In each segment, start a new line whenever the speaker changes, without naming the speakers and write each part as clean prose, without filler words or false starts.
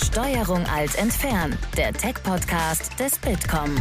Steuerung Alt entfernen, der Tech-Podcast des Bitkom.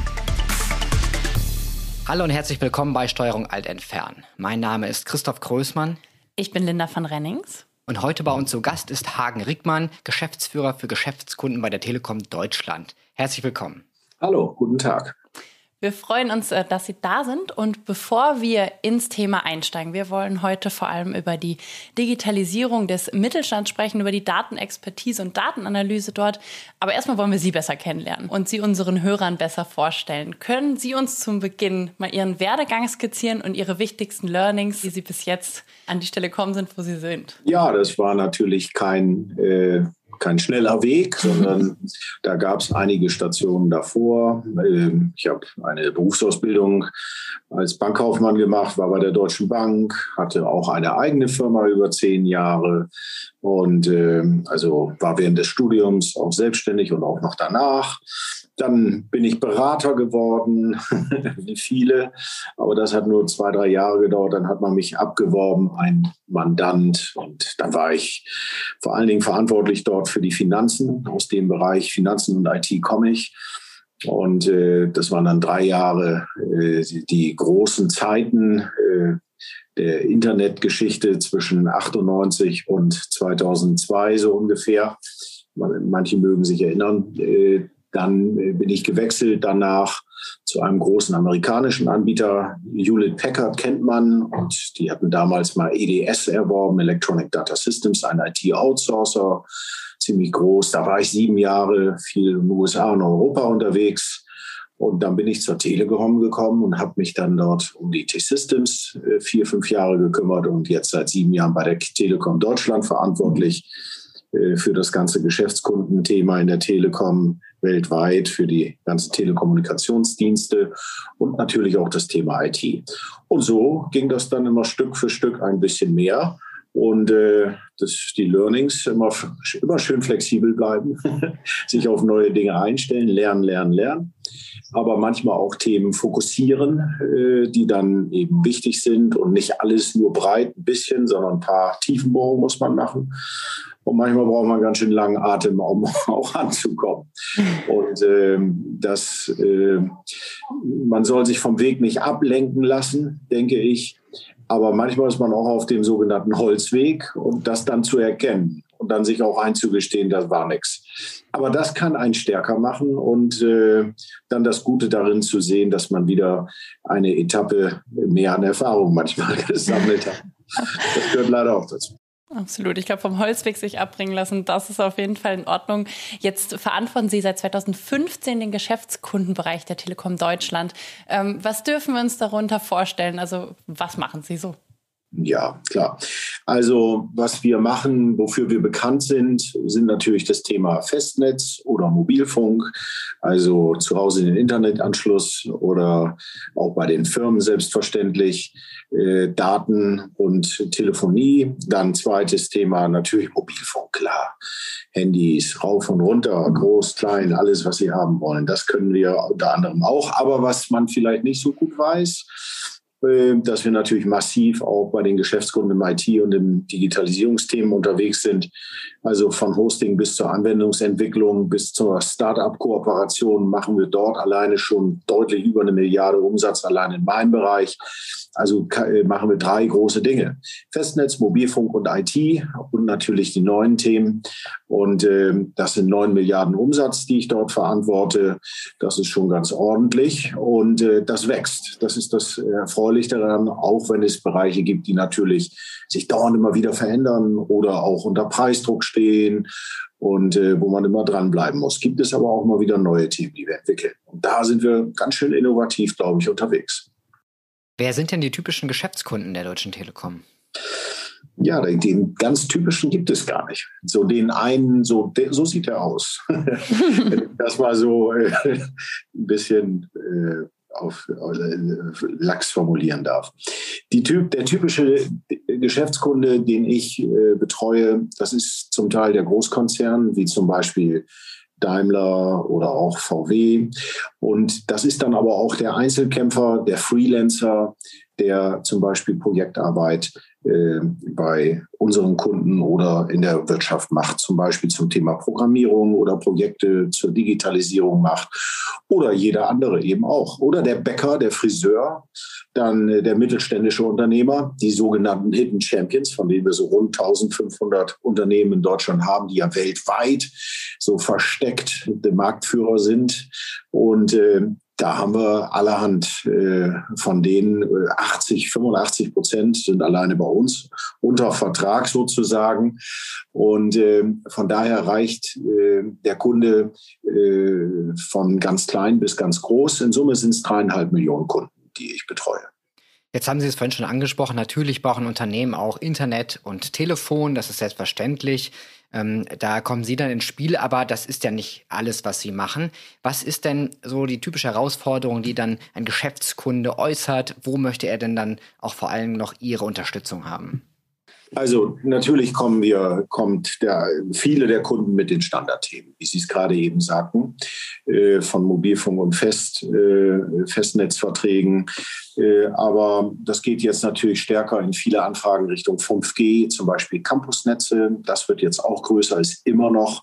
Hallo und herzlich willkommen bei Steuerung Alt entfernen. Mein Name ist Christoph Größmann.
Ich bin Linda von Rennings.
Und heute bei uns zu Gast ist Hagen Rickmann, Geschäftsführer für Geschäftskunden bei der Telekom Deutschland. Herzlich willkommen.
Hallo, guten Tag.
Wir freuen uns, dass Sie da sind. Und bevor wir ins Thema einsteigen, wir wollen heute vor allem über die Digitalisierung des Mittelstands sprechen, über die Datenexpertise und Datenanalyse dort. Aber erstmal wollen wir Sie besser kennenlernen und Sie unseren Hörern besser vorstellen. Können Sie uns zum Beginn mal Ihren Werdegang skizzieren und Ihre wichtigsten Learnings, wie Sie bis jetzt an die Stelle gekommen sind, wo Sie sind?
Ja, das war natürlich kein schneller Weg, sondern da gab es einige Stationen davor. Ich habe eine Berufsausbildung als Bankkaufmann gemacht, war bei der Deutschen Bank, hatte auch eine eigene Firma über 10 Jahre und also war während des Studiums auch selbstständig und auch noch danach. Dann bin ich Berater geworden, wie viele, aber das hat nur 2-3 Jahre gedauert. Dann hat man mich abgeworben, ein Mandant, und dann war ich vor allen Dingen verantwortlich dort für die Finanzen. Aus dem Bereich Finanzen und IT komme ich. Und das waren dann 3 Jahre die großen Zeiten der Internetgeschichte zwischen 98 und 2002 so ungefähr. Manche mögen sich erinnern. Dann bin ich gewechselt danach zu einem großen amerikanischen Anbieter. Hewlett Packard kennt man, und die hatten damals mal EDS erworben, Electronic Data Systems, ein IT-Outsourcer, ziemlich groß. Da war ich 7 Jahre, viel in den USA und Europa unterwegs. Und dann bin ich zur Telekom gekommen und habe mich dann dort um die T-Systems 4-5 Jahre gekümmert und jetzt seit 7 Jahren bei der Telekom Deutschland verantwortlich für das ganze Geschäftskundenthema in der Telekom weltweit, für die ganzen Telekommunikationsdienste und natürlich auch das Thema IT. Und so ging das dann immer Stück für Stück ein bisschen mehr. Und die Learnings immer schön flexibel bleiben, sich auf neue Dinge einstellen, lernen. Aber manchmal auch Themen fokussieren, die dann eben wichtig sind und nicht alles nur breit ein bisschen, sondern ein paar Tiefenbohrungen muss man machen. Und manchmal braucht man ganz schön langen Atem, um auch anzukommen. Und man soll sich vom Weg nicht ablenken lassen, denke ich. Aber manchmal ist man auch auf dem sogenannten Holzweg, und das dann zu erkennen und dann sich auch einzugestehen, das war nichts. Aber das kann einen stärker machen und dann das Gute darin zu sehen, dass man wieder eine Etappe mehr an Erfahrung manchmal gesammelt hat. Das gehört leider auch dazu.
Absolut. Ich glaube, vom Holzweg sich abbringen lassen, das ist auf jeden Fall in Ordnung. Jetzt verantworten Sie seit 2015 den Geschäftskundenbereich der Telekom Deutschland. Was dürfen wir uns darunter vorstellen? Also was machen Sie so?
Ja, klar. Also was wir machen, wofür wir bekannt sind natürlich das Thema Festnetz oder Mobilfunk, also zu Hause den Internetanschluss oder auch bei den Firmen selbstverständlich, Daten und Telefonie. Dann zweites Thema natürlich Mobilfunk, klar. Handys, rauf und runter, groß, klein, alles, was Sie haben wollen. Das können wir unter anderem auch. Aber was man vielleicht nicht so gut weiß, dass wir natürlich massiv auch bei den Geschäftskunden im IT und im Digitalisierungsthemen unterwegs sind. Also von Hosting bis zur Anwendungsentwicklung bis zur Start-up-Kooperation machen wir dort alleine schon deutlich über 1 Milliarde Umsatz allein in meinem Bereich. Also machen wir 3 große Dinge. Festnetz, Mobilfunk und IT und natürlich die neuen Themen. Und das sind 9 Milliarden Umsatz, die ich dort verantworte. Das ist schon ganz ordentlich und das wächst. Das ist das Erfreuliche daran, auch wenn es Bereiche gibt, die natürlich sich dauernd immer wieder verändern oder auch unter Preisdruck stehen und wo man immer dranbleiben muss. Gibt es aber auch mal wieder neue Themen, die wir entwickeln. Und da sind wir ganz schön innovativ, glaube ich, unterwegs.
Wer sind denn die typischen Geschäftskunden der Deutschen Telekom?
Ja, den ganz typischen gibt es gar nicht. So den einen, so sieht er aus. Das war so ein bisschen auf Lachs formulieren darf. Der typische Geschäftskunde, den ich betreue, das ist zum Teil der Großkonzern, wie zum Beispiel Daimler oder auch VW. Und das ist dann aber auch der Einzelkämpfer, der Freelancer, der zum Beispiel Projektarbeit bei unseren Kunden oder in der Wirtschaft macht, zum Beispiel zum Thema Programmierung oder Projekte zur Digitalisierung macht oder jeder andere eben auch. Oder der Bäcker, der Friseur, dann der mittelständische Unternehmer, die sogenannten Hidden Champions, von denen wir so rund 1500 Unternehmen in Deutschland haben, die ja weltweit so versteckt der Marktführer sind. Und da haben wir allerhand von denen 85% sind alleine bei uns unter Vertrag sozusagen. Und von daher reicht der Kunde von ganz klein bis ganz groß. In Summe sind es 3,5 Millionen Kunden, die ich betreue.
Jetzt haben Sie es vorhin schon angesprochen, natürlich brauchen Unternehmen auch Internet und Telefon, das ist selbstverständlich. Da kommen Sie dann ins Spiel, aber das ist ja nicht alles, was Sie machen. Was ist denn so die typische Herausforderung, die dann ein Geschäftskunde äußert? Wo möchte er denn dann auch vor allem noch Ihre Unterstützung haben?
Also natürlich viele der Kunden mit den Standardthemen, wie Sie es gerade eben sagten, von Mobilfunk und Festnetzverträgen. Aber das geht jetzt natürlich stärker in viele Anfragen Richtung 5G, zum Beispiel Campusnetze. Das wird jetzt auch größer, ist immer noch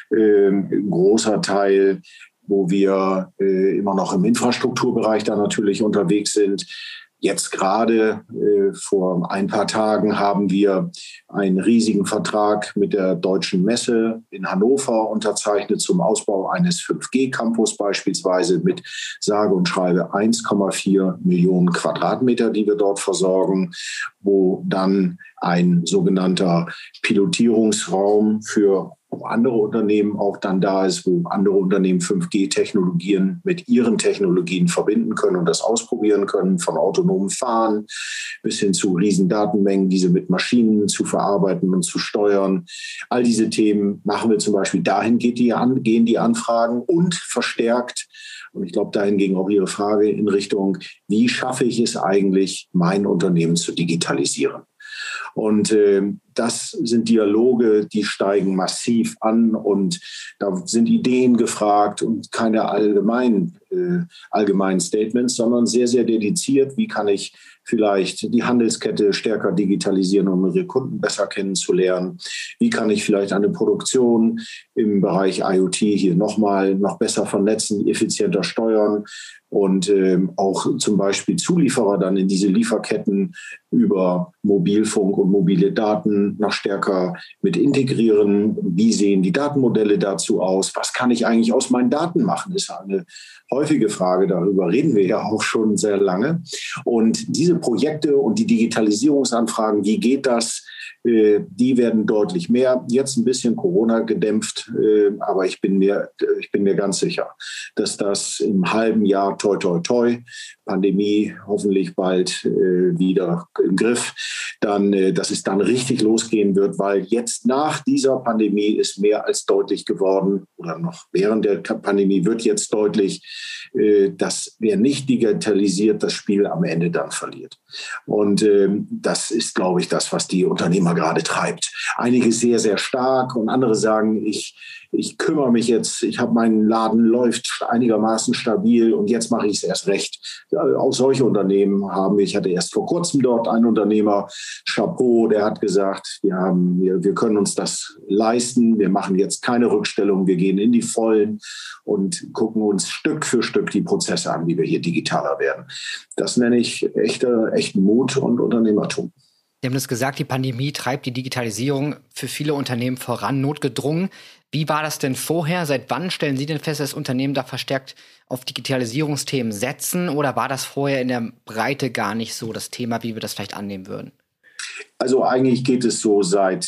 ein großer Teil, wo wir immer noch im Infrastrukturbereich da natürlich unterwegs sind. Jetzt gerade vor ein paar Tagen haben wir einen riesigen Vertrag mit der Deutschen Messe in Hannover unterzeichnet zum Ausbau eines 5G-Campus beispielsweise mit sage und schreibe 1,4 Millionen Quadratmeter, die wir dort versorgen, wo dann ein sogenannter Pilotierungsraum für andere Unternehmen auch dann da ist, wo andere Unternehmen 5G-Technologien mit ihren Technologien verbinden können und das ausprobieren können, von autonomem Fahren bis hin zu riesen Datenmengen, diese mit Maschinen zu verarbeiten und zu steuern. All diese Themen machen wir zum Beispiel, dahin gehen die Anfragen und verstärkt. Und ich glaube, dahin ging auch Ihre Frage in Richtung, wie schaffe ich es eigentlich, mein Unternehmen zu digitalisieren? Und das sind Dialoge, die steigen massiv an und da sind Ideen gefragt und keine allgemeinen Statements, sondern sehr, sehr dediziert. Wie kann ich vielleicht die Handelskette stärker digitalisieren, um ihre Kunden besser kennenzulernen? Wie kann ich vielleicht eine Produktion im Bereich IoT hier noch besser vernetzen, effizienter steuern? Und auch zum Beispiel Zulieferer dann in diese Lieferketten über Mobilfunk und mobile Daten noch stärker mit integrieren. Wie sehen die Datenmodelle dazu aus? Was kann ich eigentlich aus meinen Daten machen? Ist eine häufige Frage. Darüber reden wir ja auch schon sehr lange. Und diese Projekte und die Digitalisierungsanfragen, wie geht das? Die werden deutlich mehr. Jetzt ein bisschen Corona gedämpft, aber ich bin mir ganz sicher, dass das im halben Jahr toi toi toi, Pandemie hoffentlich bald wieder im Griff, dass es dann richtig losgehen wird, weil jetzt nach dieser Pandemie ist mehr als deutlich geworden oder noch während der Pandemie wird jetzt deutlich, dass wer nicht digitalisiert, das Spiel am Ende dann verliert. Und das ist, glaube ich, das, was die Unternehmer gerade treibt. Einige sehr, sehr stark und andere sagen, ich kümmere mich jetzt, meinen Laden läuft einigermaßen stabil und jetzt mache ich es erst recht. Auch solche Unternehmen ich hatte erst vor kurzem dort einen Unternehmer, Chapeau, der hat gesagt, wir können uns das leisten, wir machen jetzt keine Rückstellung, wir gehen in die Vollen und gucken uns Stück für Stück die Prozesse an, wie wir hier digitaler werden. Das nenne ich echten Mut und Unternehmertum.
Sie haben das gesagt, die Pandemie treibt die Digitalisierung für viele Unternehmen voran, notgedrungen. Wie war das denn vorher? Seit wann stellen Sie denn fest, dass Unternehmen da verstärkt auf Digitalisierungsthemen setzen? Oder war das vorher in der Breite gar nicht so das Thema, wie wir das vielleicht annehmen würden?
Also eigentlich geht es so seit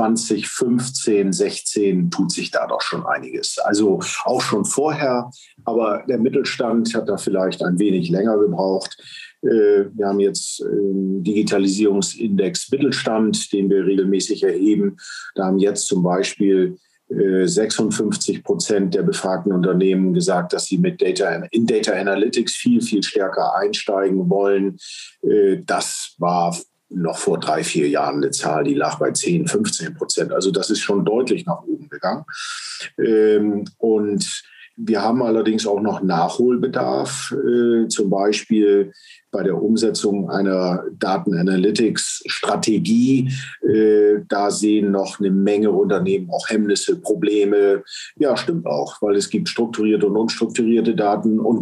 2015, 16 tut sich da doch schon einiges. Also auch schon vorher, aber der Mittelstand hat da vielleicht ein wenig länger gebraucht. Wir haben jetzt Digitalisierungsindex Mittelstand, den wir regelmäßig erheben. Da haben jetzt zum Beispiel 56% der befragten Unternehmen gesagt, dass sie in Data Analytics viel, viel stärker einsteigen wollen. Das war noch vor 3-4 Jahren eine Zahl, die lag bei 10-15%. Also das ist schon deutlich nach oben gegangen. Und wir haben allerdings auch noch Nachholbedarf. Zum Beispiel bei der Umsetzung einer Daten-Analytics-Strategie. Da sehen noch eine Menge Unternehmen auch Hemmnisse, Probleme. Ja, stimmt auch, weil es gibt strukturierte und unstrukturierte Daten und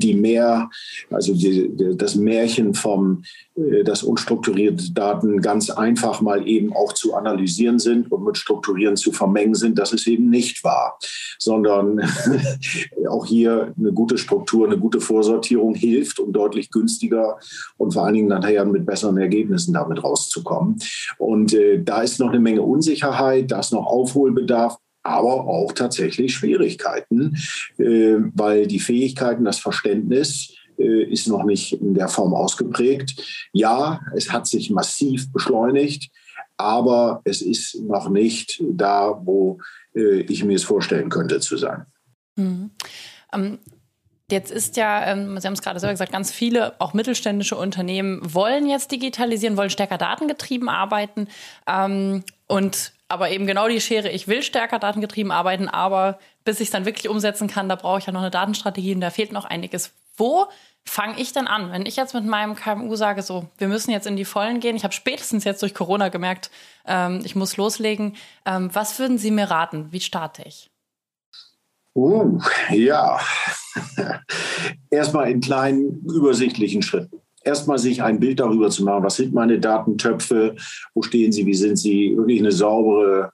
das Märchen dass unstrukturierte Daten ganz einfach mal eben auch zu analysieren sind und mit Strukturieren zu vermengen sind, das ist eben nicht wahr, sondern auch hier eine gute Struktur, eine gute Vorsortierung hilft, um deutlich günstiger und vor allen Dingen nachher mit besseren Ergebnissen damit rauszukommen. Und da ist noch eine Menge Unsicherheit, da ist noch Aufholbedarf, aber auch tatsächlich Schwierigkeiten, weil die Fähigkeiten, das Verständnis ist noch nicht in der Form ausgeprägt. Ja, es hat sich massiv beschleunigt, aber es ist noch nicht da, wo ich mir es vorstellen könnte zu sein.
Mhm. Jetzt ist ja, Sie haben es gerade selber gesagt, ganz viele, auch mittelständische Unternehmen wollen jetzt digitalisieren, wollen stärker datengetrieben arbeiten. Aber eben genau die Schere, ich will stärker datengetrieben arbeiten, aber bis ich es dann wirklich umsetzen kann, da brauche ich ja noch eine Datenstrategie und da fehlt noch einiges. Wo fange ich denn an? Wenn ich jetzt mit meinem KMU sage, so, wir müssen jetzt in die Vollen gehen, ich habe spätestens jetzt durch Corona gemerkt, ich muss loslegen. Was würden Sie mir raten? Wie starte ich?
Ja, erstmal in kleinen, übersichtlichen Schritten. Erstmal sich ein Bild darüber zu machen, was sind meine Datentöpfe, wo stehen sie, wie sind sie, wirklich eine saubere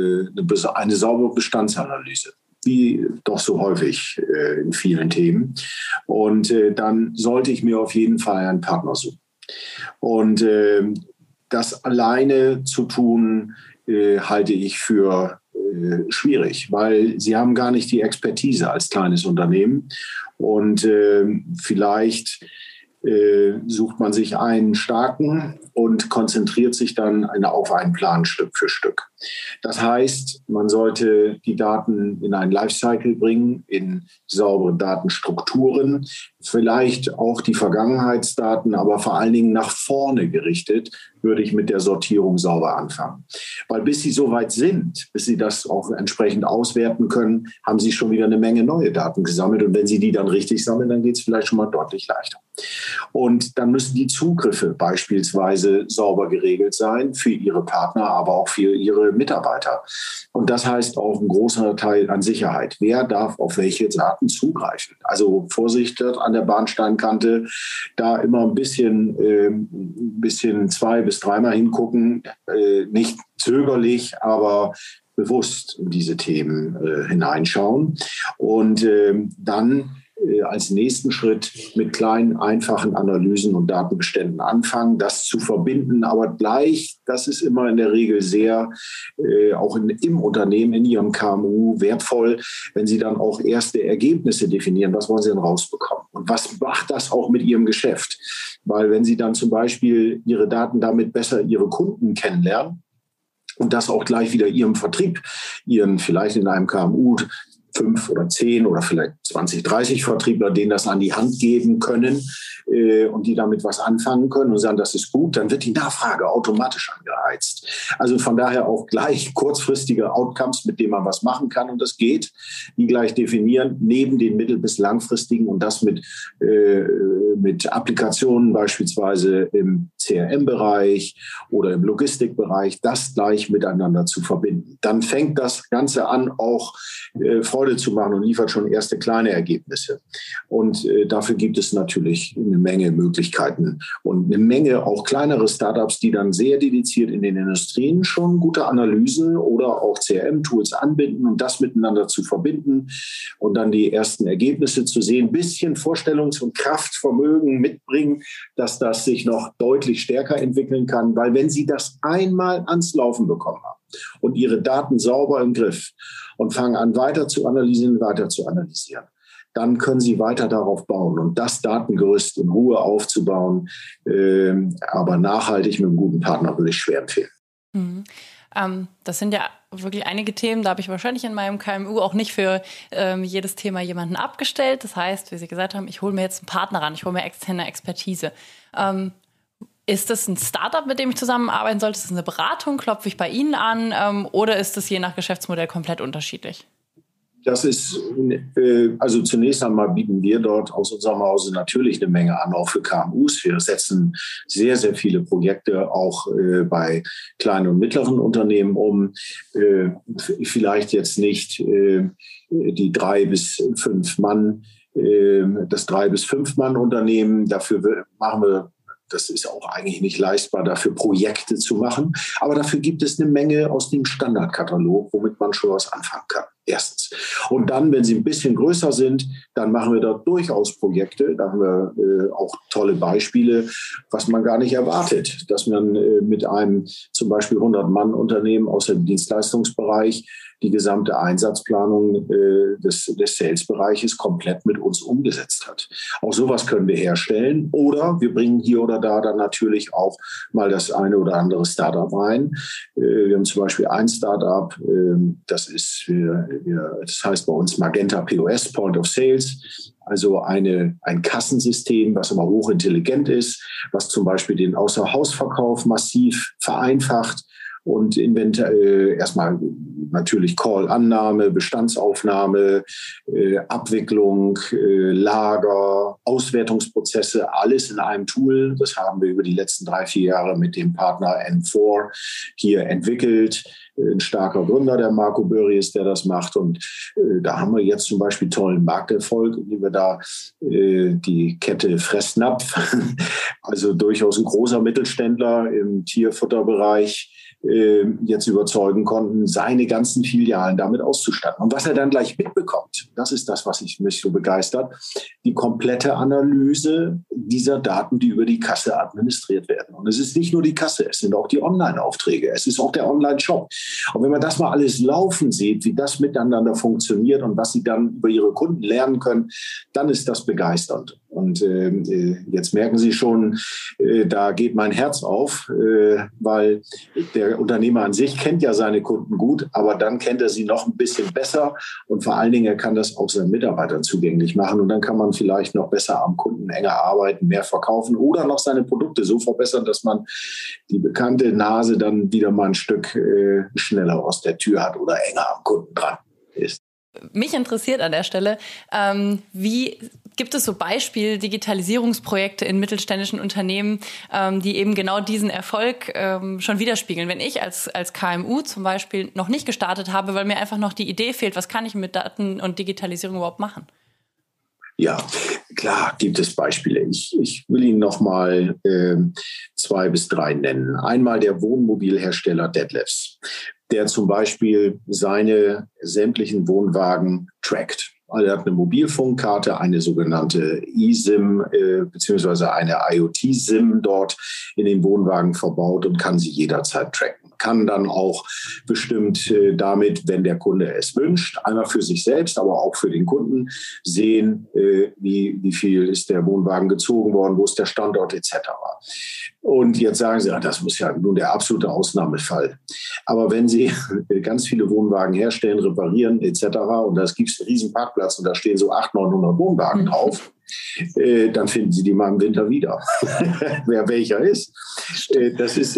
Bestandsanalyse, wie doch so häufig in vielen Themen. Und dann sollte ich mir auf jeden Fall einen Partner suchen. Und das alleine zu tun, halte ich für schwierig, weil sie haben gar nicht die Expertise als kleines Unternehmen und vielleicht sucht man sich einen starken und konzentriert sich dann auf einen Plan Stück für Stück. Das heißt, man sollte die Daten in einen Lifecycle bringen, in saubere Datenstrukturen, vielleicht auch die Vergangenheitsdaten, aber vor allen Dingen nach vorne gerichtet, würde ich mit der Sortierung sauber anfangen. Weil bis Sie soweit sind, bis Sie das auch entsprechend auswerten können, haben Sie schon wieder eine Menge neue Daten gesammelt. Und wenn Sie die dann richtig sammeln, dann geht es vielleicht schon mal deutlich leichter. Und dann müssen die Zugriffe beispielsweise sauber geregelt sein für Ihre Partner, aber auch für Ihre Mitarbeiter. Und das heißt auch ein großer Teil an Sicherheit. Wer darf auf welche Daten zugreifen? Also Vorsicht an der Bahnsteinkante, da immer ein bisschen 2- bis 3-mal hingucken, nicht zögerlich, aber bewusst in diese Themen hineinschauen und dann als nächsten Schritt mit kleinen, einfachen Analysen und Datenbeständen anfangen, das zu verbinden, aber gleich, das ist immer in der Regel sehr, auch im Unternehmen, in Ihrem KMU wertvoll, wenn Sie dann auch erste Ergebnisse definieren, was wollen Sie denn rausbekommen und was macht das auch mit Ihrem Geschäft? Weil wenn Sie dann zum Beispiel Ihre Daten damit besser Ihre Kunden kennenlernen und das auch gleich wieder Ihrem Vertrieb, Ihren vielleicht in einem KMU 5 oder 10 oder vielleicht 20, 30 Vertriebler, denen das an die Hand geben können und die damit was anfangen können und sagen, das ist gut, dann wird die Nachfrage automatisch angeheizt. Also von daher auch gleich kurzfristige Outcomes, mit denen man was machen kann und das geht, die gleich definieren, neben den mittel- bis langfristigen und das mit Applikationen beispielsweise im CRM-Bereich oder im Logistikbereich, das gleich miteinander zu verbinden. Dann fängt das Ganze an, auch Freude zu machen und liefert schon erste kleine Ergebnisse. Und dafür gibt es natürlich eine Menge Möglichkeiten und eine Menge auch kleinere Startups, die dann sehr dediziert in den Industrien schon gute Analysen oder auch CRM-Tools anbinden und das miteinander zu verbinden und dann die ersten Ergebnisse zu sehen, ein bisschen Vorstellungs- und Kraftvermögen mitbringen, dass das sich noch deutlich stärker entwickeln kann, weil wenn Sie das einmal ans Laufen bekommen haben und Ihre Daten sauber im Griff und fangen an, weiter zu analysieren, dann können Sie weiter darauf bauen und das Datengerüst in Ruhe aufzubauen, aber nachhaltig mit einem guten Partner würde ich schwer empfehlen.
Mhm. Das sind ja wirklich einige Themen, da habe ich wahrscheinlich in meinem KMU auch nicht für jedes Thema jemanden abgestellt. Das heißt, wie Sie gesagt haben, ich hole mir jetzt einen Partner ran, ich hole mir externe Expertise. Ist das ein Startup, mit dem ich zusammenarbeiten sollte? Ist das eine Beratung? Klopfe ich bei Ihnen an? Oder ist das je nach Geschäftsmodell komplett unterschiedlich?
Das ist, also zunächst einmal bieten wir dort aus unserem Hause natürlich eine Menge an, auch für KMUs. Wir setzen sehr, sehr viele Projekte auch bei kleinen und mittleren Unternehmen um. Vielleicht jetzt nicht die 3 bis 5 Mann, das 3 bis 5 Mann Unternehmen. Dafür machen wir, das ist auch eigentlich nicht leistbar, dafür Projekte zu machen. Aber dafür gibt es eine Menge aus dem Standardkatalog, womit man schon was anfangen kann. Erstens. Und dann, wenn sie ein bisschen größer sind, dann machen wir dort durchaus Projekte. Da haben wir auch tolle Beispiele, was man gar nicht erwartet. Dass man mit einem zum Beispiel 100-Mann-Unternehmen aus dem Dienstleistungsbereich die gesamte Einsatzplanung des Sales-Bereiches komplett mit uns umgesetzt hat. Auch sowas können wir herstellen. Oder wir bringen hier oder da dann natürlich auch mal das eine oder andere Startup rein. Wir haben zum Beispiel ein Startup, das heißt bei uns Magenta POS, Point of Sales. Also ein Kassensystem, was aber hochintelligent ist, was zum Beispiel den Außerhausverkauf massiv vereinfacht und erstmal natürlich Call-Annahme, Bestandsaufnahme, Abwicklung, Lager, Auswertungsprozesse, alles in einem Tool. Das haben wir über die letzten 3-4 Jahre mit dem Partner N4 hier entwickelt. Ein starker Gründer, der Marco Böri ist, der das macht. Und da haben wir jetzt zum Beispiel tollen Markterfolg, indem wir da die Kette Fressnapf, also durchaus ein großer Mittelständler im Tierfutterbereich, jetzt überzeugen konnten, seine ganzen Filialen damit auszustatten. Und was er dann gleich mitbekommt, das ist das, was mich so begeistert, die komplette Analyse dieser Daten, die über die Kasse administriert werden. Und es ist nicht nur die Kasse, es sind auch die Online-Aufträge, es ist auch der Online-Shop. Und wenn man das mal alles laufen sieht, wie das miteinander funktioniert und was sie dann über ihre Kunden lernen können, dann ist das begeisternd. Und jetzt merken Sie schon, da geht mein Herz auf, weil der Unternehmer an sich kennt ja seine Kunden gut, aber dann kennt er sie noch ein bisschen besser und vor allen Dingen, er kann das auch seinen Mitarbeitern zugänglich machen und dann kann man vielleicht noch besser am Kunden enger arbeiten, mehr verkaufen oder noch seine Produkte so verbessern, dass man die bekannte Nase dann wieder mal ein Stück schneller aus der Tür hat oder enger am Kunden dran ist.
Mich interessiert an der Stelle, wie gibt es so Digitalisierungsprojekte in mittelständischen Unternehmen, die eben genau diesen Erfolg schon widerspiegeln? Wenn ich als KMU zum Beispiel noch nicht gestartet habe, weil mir einfach noch die Idee fehlt, was kann ich mit Daten und Digitalisierung überhaupt machen?
Ja, klar gibt es Beispiele. Ich will Ihnen noch mal 2 bis 3 nennen. Einmal der Wohnmobilhersteller Detlefs, der zum Beispiel seine sämtlichen Wohnwagen trackt. Also er hat eine Mobilfunkkarte, eine sogenannte eSIM beziehungsweise eine IoT-SIM dort in den Wohnwagen verbaut und kann sie jederzeit tracken. Kann dann auch bestimmt damit, wenn der Kunde es wünscht, einmal für sich selbst, aber auch für den Kunden sehen, wie viel ist der Wohnwagen gezogen worden, wo ist der Standort etc. Und jetzt sagen Sie, das muss ja nun der absolute Ausnahmefall. Aber wenn Sie ganz viele Wohnwagen herstellen, reparieren etc. und da gibt es einen riesen Parkplatz und da stehen so 800-900 Wohnwagen drauf, dann finden Sie die mal im Winter wieder, wer welcher ist. Das ist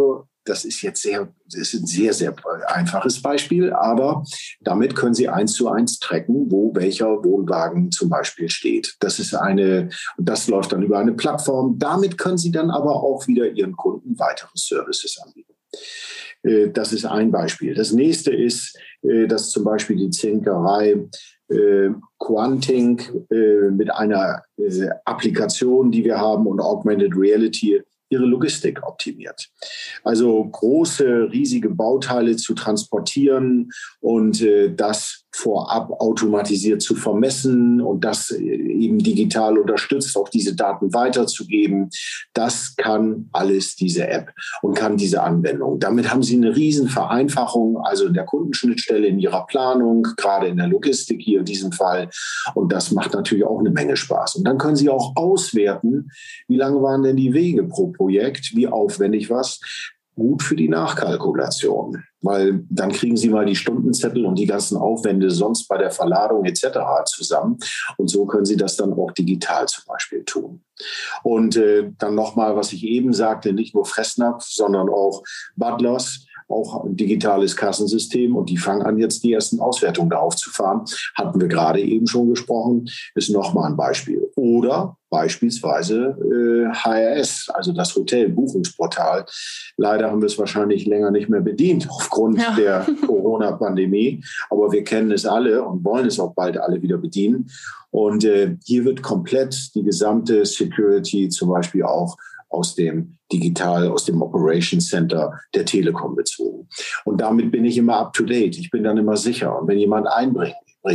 ein sehr, sehr einfaches Beispiel, aber damit können Sie 1:1 tracken, wo welcher Wohnwagen zum Beispiel steht. Das läuft dann über eine Plattform. Damit können Sie dann aber auch wieder Ihren Kunden weitere Services anbieten. Das ist ein Beispiel. Das nächste ist, dass zum Beispiel die Zinkerei Quanting mit einer Applikation, die wir haben, und Augmented Reality ihre Logistik optimiert. Also große, riesige Bauteile zu transportieren und das vorab automatisiert zu vermessen und das eben digital unterstützt, auch diese Daten weiterzugeben. Das kann alles diese App und kann diese Anwendung. Damit haben Sie eine riesen Vereinfachung, also in der Kundenschnittstelle, in Ihrer Planung, gerade in der Logistik hier in diesem Fall. Und das macht natürlich auch eine Menge Spaß. Und dann können Sie auch auswerten, wie lange waren denn die Wege pro Projekt, wie aufwendig was. Gut für die Nachkalkulation, weil dann kriegen Sie mal die Stundenzettel und die ganzen Aufwände sonst bei der Verladung etc. zusammen und so können Sie das dann auch digital zum Beispiel tun. Und dann nochmal, was ich eben sagte, nicht nur Fressnapf, sondern auch Butlers, auch ein digitales Kassensystem und die fangen an, jetzt die ersten Auswertungen darauf zu fahren. Hatten wir gerade eben schon gesprochen, ist nochmal ein Beispiel. Oder beispielsweise HRS, also das Hotelbuchungsportal. Leider haben wir es wahrscheinlich länger nicht mehr bedient aufgrund der Corona-Pandemie. Aber wir kennen es alle und wollen es auch bald alle wieder bedienen. Und hier wird komplett die gesamte Security zum Beispiel auch aus dem Operations Center der Telekom bezogen. Und damit bin ich immer up to date. Ich bin dann immer sicher. Und wenn jemand einbricht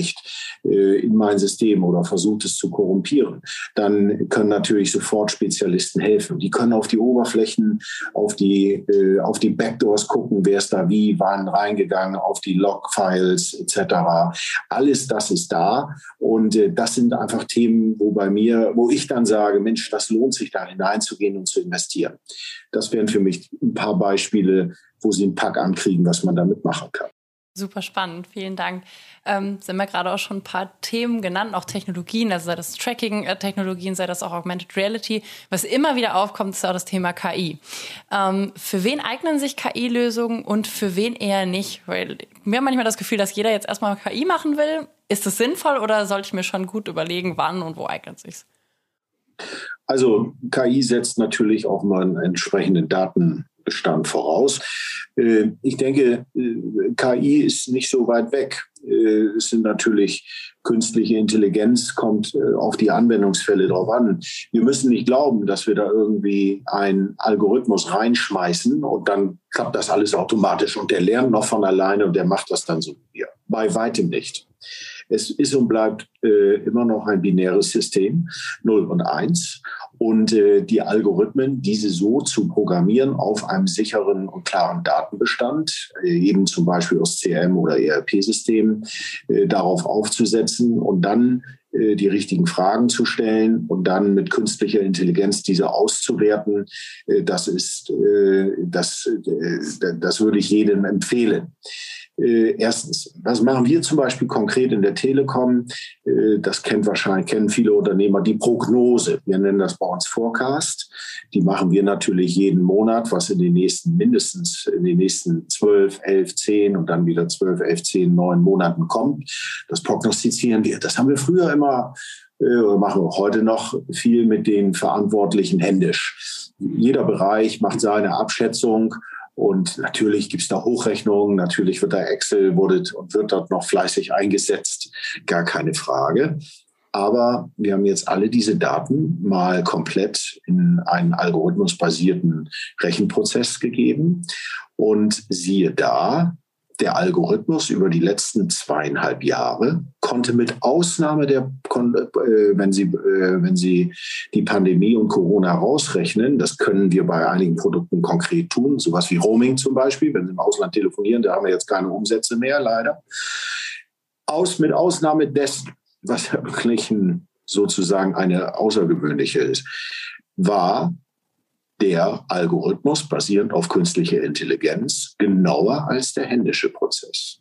in mein System oder versucht es zu korrumpieren, dann können natürlich sofort Spezialisten helfen. Die können auf die Oberflächen, auf die Backdoors gucken, wer ist da wie, wann reingegangen, auf die Logfiles etc. Alles das ist da und das sind einfach Themen, wo ich dann sage, Mensch, das lohnt sich da hineinzugehen und zu investieren. Das wären für mich ein paar Beispiele, wo Sie einen Pack ankriegen, was man damit machen kann.
Super spannend, vielen Dank. Sind wir gerade auch schon ein paar Themen genannt, auch Technologien, also sei das Tracking-Technologien, sei das auch Augmented Reality. Was immer wieder aufkommt, ist auch das Thema KI. Für wen eignen sich KI-Lösungen und für wen eher nicht? Weil wir haben manchmal das Gefühl, dass jeder jetzt erstmal KI machen will. Ist es sinnvoll oder sollte ich mir schon gut überlegen, wann und wo eignet es sich?
Also KI setzt natürlich auch mal einen entsprechenden Datenbestand voraus. Ich denke, KI ist nicht so weit weg. Es sind natürlich künstliche Intelligenz, kommt auf die Anwendungsfälle drauf an. Wir müssen nicht glauben, dass wir da irgendwie einen Algorithmus reinschmeißen und dann klappt das alles automatisch und der lernt noch von alleine und der macht das dann so wie wir. Bei weitem nicht. Es ist und bleibt immer noch ein binäres System, 0 und 1. Und die Algorithmen, diese so zu programmieren auf einem sicheren und klaren Datenbestand, eben zum Beispiel aus CRM- oder ERP-Systemen, darauf aufzusetzen und dann die richtigen Fragen zu stellen und dann mit künstlicher Intelligenz diese auszuwerten, das würde ich jedem empfehlen. Erstens, was machen wir zum Beispiel konkret in der Telekom? Das kennen viele Unternehmer, die Prognose. Wir nennen das bei uns Forecast. Die machen wir natürlich jeden Monat, was mindestens in den nächsten 12, 11, 10 und dann wieder 12, 11, 10, 9 Monaten kommt. Das prognostizieren wir. Das haben wir früher immer oder machen wir heute noch viel mit den Verantwortlichen händisch. Jeder Bereich macht seine Abschätzung. Und natürlich gibt es da Hochrechnungen, natürlich wird da Excel wird dort noch fleißig eingesetzt, gar keine Frage. Aber wir haben jetzt alle diese Daten mal komplett in einen algorithmusbasierten Rechenprozess gegeben. Und siehe da, der Algorithmus über die letzten 2,5 Jahre konnte mit Ausnahme wenn Sie die Pandemie und Corona rausrechnen, das können wir bei einigen Produkten konkret tun, sowas wie Roaming zum Beispiel, wenn Sie im Ausland telefonieren, da haben wir jetzt keine Umsätze mehr, leider. Mit Ausnahme dessen, was ja wirklich sozusagen eine außergewöhnliche ist, war der Algorithmus basierend auf künstlicher Intelligenz genauer als der händische Prozess.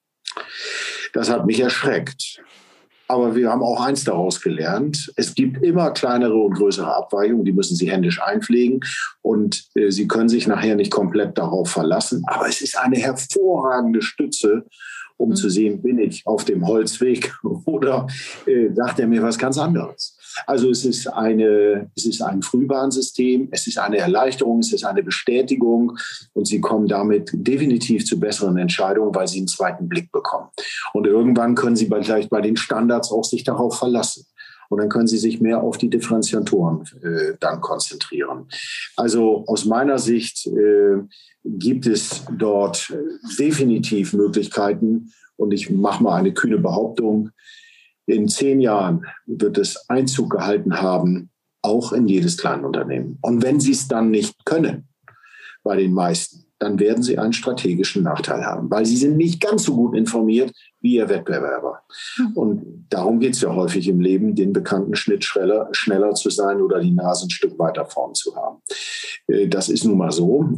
Das hat mich erschreckt. Aber wir haben auch eins daraus gelernt. Es gibt immer kleinere und größere Abweichungen, die müssen Sie händisch einpflegen. Und Sie können sich nachher nicht komplett darauf verlassen. Aber es ist eine hervorragende Stütze, um zu sehen, bin ich auf dem Holzweg oder sagt er mir was ganz anderes. Also es ist ein Frühwarnsystem, es ist eine Erleichterung, es ist eine Bestätigung und Sie kommen damit definitiv zu besseren Entscheidungen, weil Sie einen zweiten Blick bekommen. Und irgendwann können Sie vielleicht bei den Standards auch sich darauf verlassen. Und dann können Sie sich mehr auf die Differenziatoren dann konzentrieren. Also aus meiner Sicht gibt es dort definitiv Möglichkeiten. Und ich mache mal eine kühne Behauptung. In 10 Jahren wird es Einzug gehalten haben, auch in jedes Kleinunternehmen. Und wenn Sie es dann nicht können, bei den meisten, dann werden Sie einen strategischen Nachteil haben, weil Sie sind nicht ganz so gut informiert wie Ihr Wettbewerber. Und darum geht es ja häufig im Leben, den bekannten Schnitt schneller zu sein oder die Nase ein Stück weiter vorn zu haben. Das ist nun mal so.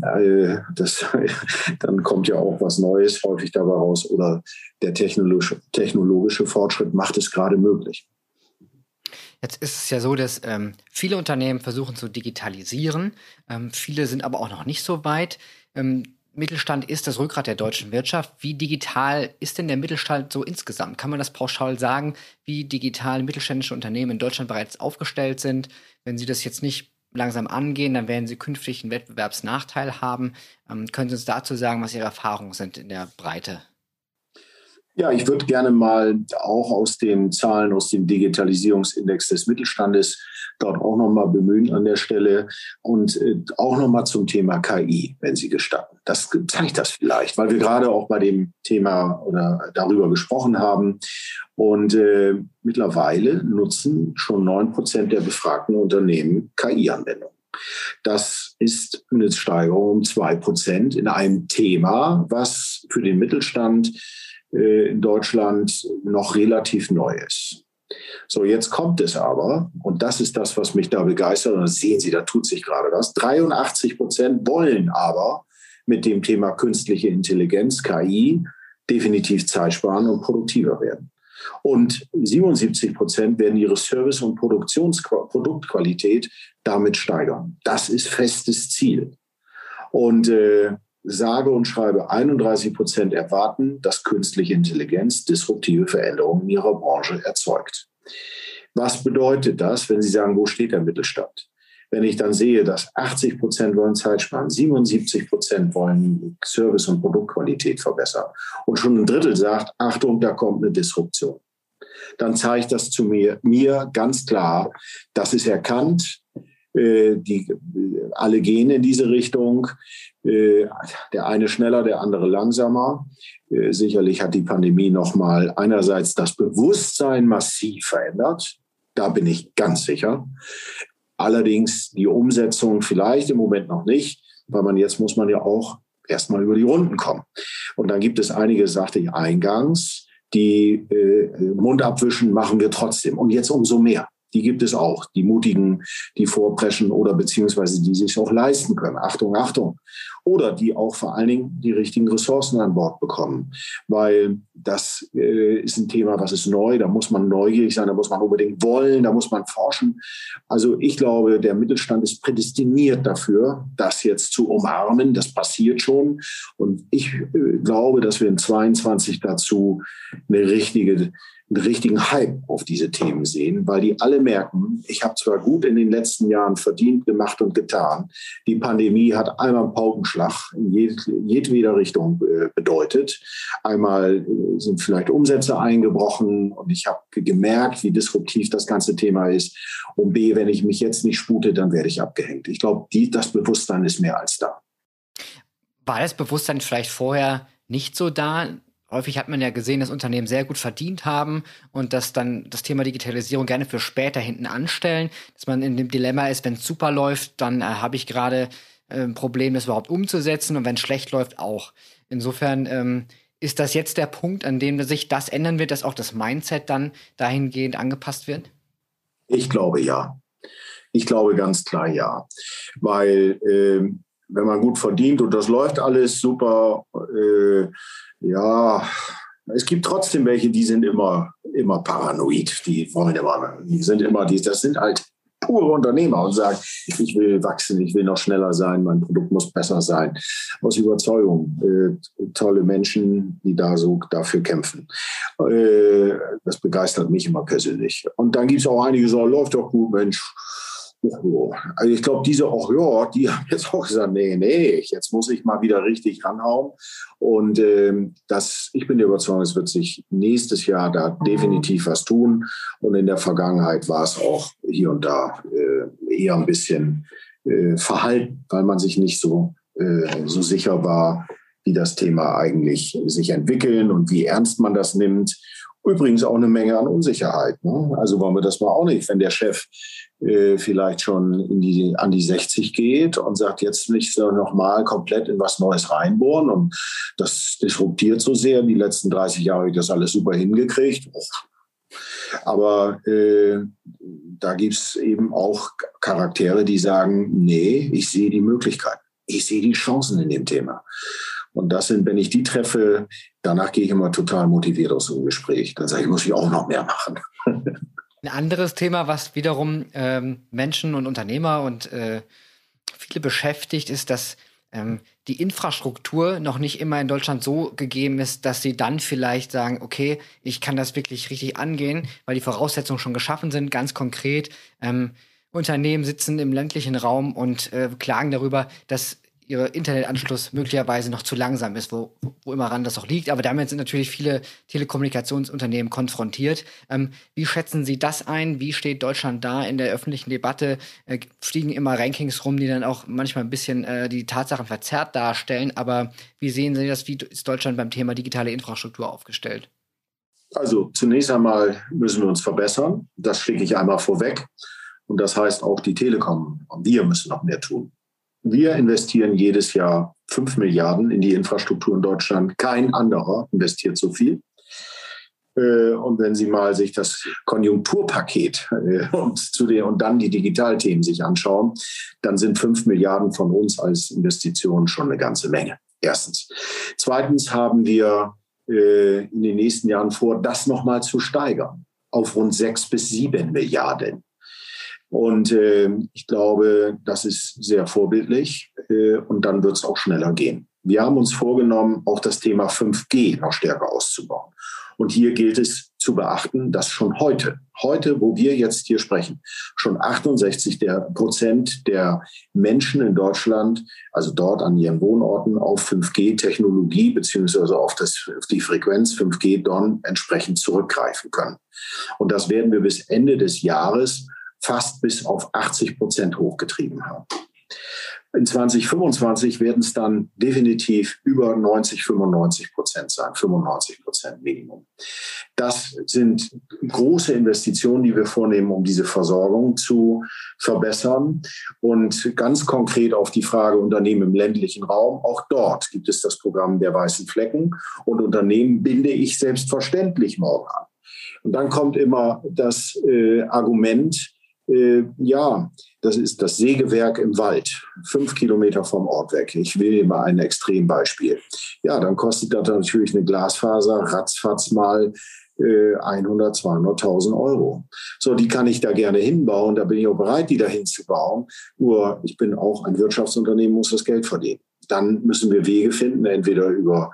Dann kommt ja auch was Neues häufig dabei raus oder der technologische Fortschritt macht es gerade möglich.
Jetzt ist es ja so, dass viele Unternehmen versuchen zu digitalisieren. Viele sind aber auch noch nicht so weit. Mittelstand ist das Rückgrat der deutschen Wirtschaft. Wie digital ist denn der Mittelstand so insgesamt? Kann man das pauschal sagen, wie digital mittelständische Unternehmen in Deutschland bereits aufgestellt sind? Wenn Sie das jetzt nicht langsam angehen, dann werden Sie künftig einen Wettbewerbsnachteil haben. Können Sie uns dazu sagen, was Ihre Erfahrungen sind in der Breite?
Ja, ich würde gerne mal auch aus den Zahlen aus dem Digitalisierungsindex des Mittelstandes dort auch nochmal bemühen an der Stelle und auch nochmal zum Thema KI, wenn Sie gestatten. Das zeigt das vielleicht, weil wir gerade auch bei dem Thema oder darüber gesprochen haben. Und mittlerweile nutzen schon 9% der befragten Unternehmen KI-Anwendungen. Das ist eine Steigerung um 2% in einem Thema, was für den Mittelstand in Deutschland noch relativ neu ist. So, jetzt kommt es aber, und das ist das, was mich da begeistert, und das sehen Sie, da tut sich gerade was. 83% wollen aber mit dem Thema künstliche Intelligenz, KI, definitiv Zeit sparen und produktiver werden. Und 77% werden ihre Service- und Produktqualität damit steigern. Das ist festes Ziel. Und sage und schreibe 31% erwarten, dass künstliche Intelligenz disruptive Veränderungen in ihrer Branche erzeugt. Was bedeutet das, wenn Sie sagen, wo steht der Mittelstand? Wenn ich dann sehe, dass 80% wollen Zeit sparen, 77% wollen Service- und Produktqualität verbessern und schon ein Drittel sagt, Achtung, da kommt eine Disruption, dann zeigt das zu mir ganz klar, das ist erkannt, alle gehen in diese Richtung. Der eine schneller, der andere langsamer. Sicherlich hat die Pandemie nochmal einerseits das Bewusstsein massiv verändert. Da bin ich ganz sicher. Allerdings die Umsetzung vielleicht im Moment noch nicht, weil jetzt muss man ja auch erstmal über die Runden kommen. Und dann gibt es einige, sagte ich eingangs, die Mund abwischen machen wir trotzdem. Und jetzt umso mehr. Die gibt es auch, die Mutigen, die vorpreschen oder beziehungsweise die sich auch leisten können. Achtung, Achtung. Oder die auch vor allen Dingen die richtigen Ressourcen an Bord bekommen. Weil das ist ein Thema, was ist neu. Da muss man neugierig sein, da muss man unbedingt wollen, da muss man forschen. Also ich glaube, der Mittelstand ist prädestiniert dafür, das jetzt zu umarmen. Das passiert schon. Und ich glaube, dass wir in 2022 dazu einen richtigen Hype auf diese Themen sehen, weil die alle merken, ich habe zwar gut in den letzten Jahren verdient, gemacht und getan, die Pandemie hat einmal einen Paukenschlag in jedweder Richtung bedeutet. Einmal sind vielleicht Umsätze eingebrochen und ich habe gemerkt, wie disruptiv das ganze Thema ist. Und B, wenn ich mich jetzt nicht spute, dann werde ich abgehängt. Ich glaube, das Bewusstsein ist mehr als da.
War das Bewusstsein vielleicht vorher nicht so da? Häufig hat man ja gesehen, dass Unternehmen sehr gut verdient haben und dass dann das Thema Digitalisierung gerne für später hinten anstellen. Dass man in dem Dilemma ist, wenn es super läuft, dann habe ich gerade ein Problem, das überhaupt umzusetzen. Und wenn es schlecht läuft, auch. Insofern ist das jetzt der Punkt, an dem sich das ändern wird, dass auch das Mindset dann dahingehend angepasst wird? Ich glaube ja. Ich glaube ganz klar ja. Weil wenn man gut verdient und das läuft alles super, ja, es gibt trotzdem welche, die sind immer paranoid, die wollen immer, das sind halt pure Unternehmer und sagen, ich will wachsen, ich will noch schneller sein, mein Produkt muss besser sein. Aus Überzeugung, tolle Menschen, die da so dafür kämpfen. Das begeistert mich immer persönlich. Und dann gibt es auch einige, die sagen, läuft doch gut, Mensch. Also ich glaube, die haben jetzt auch gesagt, nee, jetzt muss ich mal wieder richtig ranhauen. Und ich bin der Überzeugung, es wird sich nächstes Jahr da definitiv was tun. Und in der Vergangenheit war es auch hier und da eher ein bisschen verhalten, weil man sich nicht so sicher war, wie das Thema eigentlich sich entwickeln und wie ernst man das nimmt. Übrigens auch eine Menge an Unsicherheit. Ne? Also wollen wir das mal auch nicht, wenn der Chef vielleicht schon an die 60 geht und sagt, jetzt nicht so nochmal komplett in was Neues reinbohren und das disruptiert so sehr. Die letzten 30 Jahre habe ich das alles super hingekriegt. Aber da gibt es eben auch Charaktere, die sagen, nee, ich sehe die Möglichkeiten, ich sehe die Chancen in dem Thema. Und das sind, wenn ich die treffe, danach gehe ich immer total motiviert aus so einem Gespräch. Dann sage ich, muss ich auch noch mehr machen. Ein anderes Thema, was wiederum Menschen und Unternehmer und viele beschäftigt, ist, dass die Infrastruktur noch nicht immer in Deutschland so gegeben ist, dass sie dann vielleicht sagen, okay, ich kann das wirklich richtig angehen, weil die Voraussetzungen schon geschaffen sind, ganz konkret. Unternehmen sitzen im ländlichen Raum und klagen darüber, dass ihr Internetanschluss möglicherweise noch zu langsam ist, wo immer ran das auch liegt. Aber damit sind natürlich viele Telekommunikationsunternehmen konfrontiert. Wie schätzen Sie das ein? Wie steht Deutschland da in der öffentlichen Debatte? Fliegen immer Rankings rum, die dann auch manchmal ein bisschen die Tatsachen verzerrt darstellen. Aber wie sehen Sie das? Wie ist Deutschland beim Thema digitale Infrastruktur aufgestellt?
Also zunächst einmal müssen wir uns verbessern. Das schicke ich einmal vorweg. Und das heißt auch die Telekom. Wir müssen noch mehr tun. Wir investieren jedes Jahr 5 Milliarden in die Infrastruktur in Deutschland. Kein anderer investiert so viel. Und wenn Sie mal sich das Konjunkturpaket und dann die Digitalthemen sich anschauen, dann sind 5 Milliarden von uns als Investition schon eine ganze Menge. Erstens. Zweitens haben wir in den nächsten Jahren vor, das nochmal zu steigern auf rund 6 bis 7 Milliarden. Und ich glaube, das ist sehr vorbildlich und dann wird es auch schneller gehen. Wir haben uns vorgenommen, auch das Thema 5G noch stärker auszubauen. Und hier gilt es zu beachten, dass schon heute, wo wir jetzt hier sprechen, schon 68% der Menschen in Deutschland, also dort an ihren Wohnorten, auf 5G-Technologie beziehungsweise auf die Frequenz 5G dann entsprechend zurückgreifen können. Und das werden wir bis Ende des Jahres fast bis auf 80% hochgetrieben haben. In 2025 werden es dann definitiv über 95% sein, 95% Minimum. Das sind große Investitionen, die wir vornehmen, um diese Versorgung zu verbessern. Und ganz konkret auf die Frage Unternehmen im ländlichen Raum, auch dort gibt es das Programm der weißen Flecken und Unternehmen binde ich selbstverständlich morgen an. Und dann kommt immer das Argument, das ist das Sägewerk im Wald, 5 Kilometer vom Ort weg. Ich will hier mal ein Extrembeispiel. Ja, dann kostet das natürlich eine Glasfaser ratzfatz mal 100.000, 200.000 Euro. So, die kann ich da gerne hinbauen, da bin ich auch bereit, die da hinzubauen. Nur ich bin auch ein Wirtschaftsunternehmen, muss das Geld verdienen. Dann müssen wir Wege finden, entweder über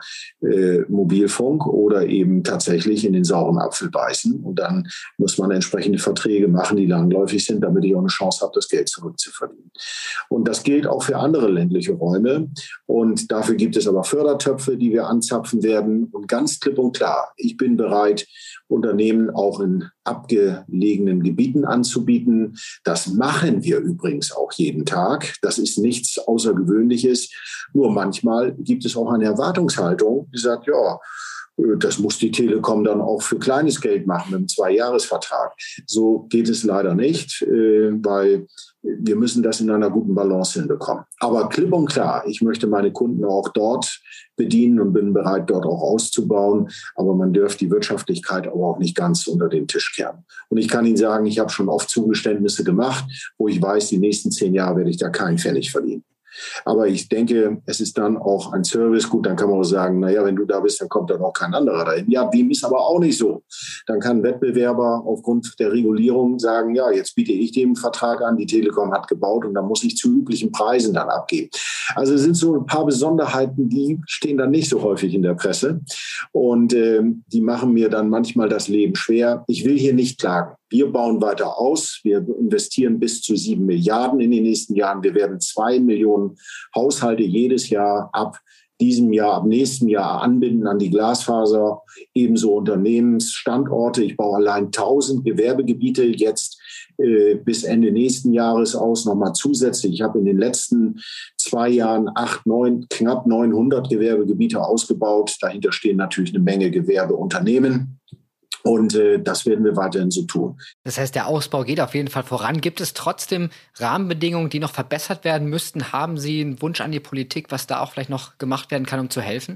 Mobilfunk oder eben tatsächlich in den sauren Apfel beißen. Und dann muss man entsprechende Verträge machen, die langläufig sind, damit ich auch eine Chance habe, das Geld zurückzuverdienen. Und das gilt auch für andere ländliche Räume. Und dafür gibt es aber Fördertöpfe, die wir anzapfen werden. Und ganz klipp und klar, ich bin bereit, Unternehmen auch in abgelegenen Gebieten anzubieten. Das machen wir übrigens auch jeden Tag. Das ist nichts Außergewöhnliches. Nur manchmal gibt es auch eine Erwartungshaltung, die sagt, ja, das muss die Telekom dann auch für kleines Geld machen mit einem 2-Jahres-Vertrag. So geht es leider nicht, weil wir müssen das in einer guten Balance hinbekommen. Aber klipp und klar, ich möchte meine Kunden auch dort bedienen und bin bereit, dort auch auszubauen. Aber man dürfte die Wirtschaftlichkeit aber auch nicht ganz unter den Tisch kehren. Und ich kann Ihnen sagen, ich habe schon oft Zugeständnisse gemacht, wo ich weiß, die nächsten 10 Jahre werde ich da keinen Pfennig verdienen. Aber ich denke, es ist dann auch ein Service. Gut, dann kann man auch sagen, naja, wenn du da bist, dann kommt dann auch kein anderer dahin. Ja, dem ist aber auch nicht so. Dann kann ein Wettbewerber aufgrund der Regulierung sagen, ja, jetzt biete ich dem Vertrag an, die Telekom hat gebaut und dann muss ich zu üblichen Preisen dann abgeben. Also es sind so ein paar Besonderheiten, die stehen dann nicht so häufig in der Presse und die machen mir dann manchmal das Leben schwer. Ich will hier nicht klagen. Wir bauen weiter aus. Wir investieren bis zu 7 Milliarden in den nächsten Jahren. Wir werden 2 Millionen Haushalte jedes Jahr ab diesem Jahr, ab nächstem Jahr anbinden an die Glasfaser. Ebenso Unternehmensstandorte. Ich baue allein 1000 Gewerbegebiete jetzt bis Ende nächsten Jahres aus, nochmal zusätzlich. Ich habe in den letzten 2 Jahren knapp 900 Gewerbegebiete ausgebaut. Dahinter stehen natürlich eine Menge Gewerbeunternehmen. Und das werden wir weiterhin so tun.
Das heißt, der Ausbau geht auf jeden Fall voran. Gibt es trotzdem Rahmenbedingungen, die noch verbessert werden müssten? Haben Sie einen Wunsch an die Politik, was da auch vielleicht noch gemacht werden kann, um zu helfen?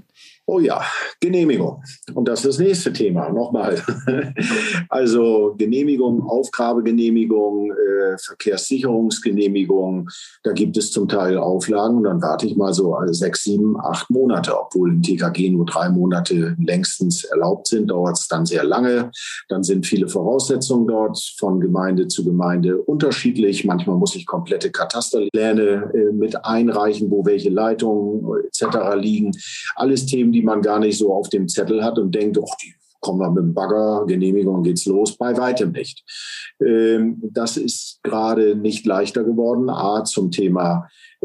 Oh ja, Genehmigung. Und das ist das nächste Thema. Nochmal. Also Genehmigung, Aufgabegenehmigung, Verkehrssicherungsgenehmigung. Da gibt es zum Teil Auflagen. Und dann warte ich mal so 6, 7, 8 Monate. Obwohl im TKG nur 3 Monate längstens erlaubt sind, dauert es dann sehr lange. Dann sind viele Voraussetzungen dort von Gemeinde zu Gemeinde unterschiedlich. Manchmal muss ich komplette Katasterpläne mit einreichen, wo welche Leitungen etc. liegen. Alles Themen, die man gar nicht so auf dem Zettel hat und denkt, die kommen wir mit dem Bagger, Genehmigung, geht's los. Bei weitem nicht. Das ist gerade nicht leichter geworden. A, zum Thema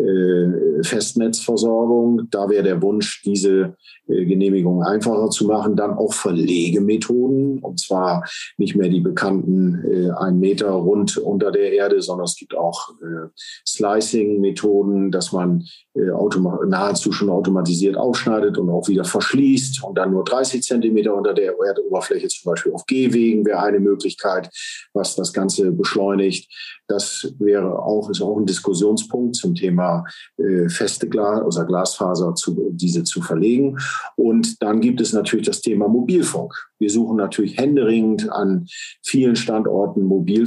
Festnetzversorgung. Da wäre der Wunsch, diese Genehmigung einfacher zu machen. Dann auch Verlegemethoden, und zwar nicht mehr die bekannten 1 Meter rund unter der Erde, sondern es gibt auch Slicing-Methoden, dass man nahezu schon automatisiert aufschneidet und auch wieder verschließt und dann nur 30 Zentimeter unter der Erdoberfläche, zum Beispiel auf Gehwegen, wäre eine Möglichkeit, was das Ganze beschleunigt. Das ist auch ein Diskussionspunkt zum Thema feste Glasfaser, diese zu verlegen. Und dann gibt es natürlich das Thema Mobilfunk. Wir suchen natürlich händeringend an vielen Standorten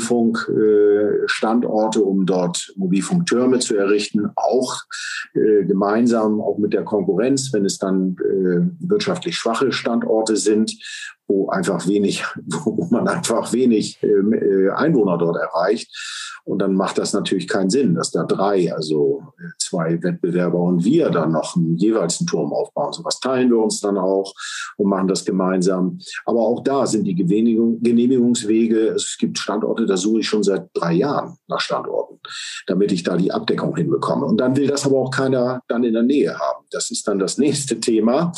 Mobilfunkstandorte, um dort Mobilfunktürme zu errichten, auch gemeinsam, auch mit der Konkurrenz, wenn es dann wirtschaftlich schwache Standorte sind, wo man einfach wenig Einwohner dort erreicht. Und dann macht das natürlich keinen Sinn, dass da 3, also 2 Wettbewerber und wir dann noch jeweils einen Turm aufbauen. So was teilen wir uns dann auch und machen das gemeinsam. Aber auch da sind die Genehmigungswege, es gibt Standorte, da suche ich schon seit 3 Jahren nach Standorten, damit ich da die Abdeckung hinbekomme. Und dann will das aber auch keiner dann in der Nähe haben. Das ist dann das nächste Thema.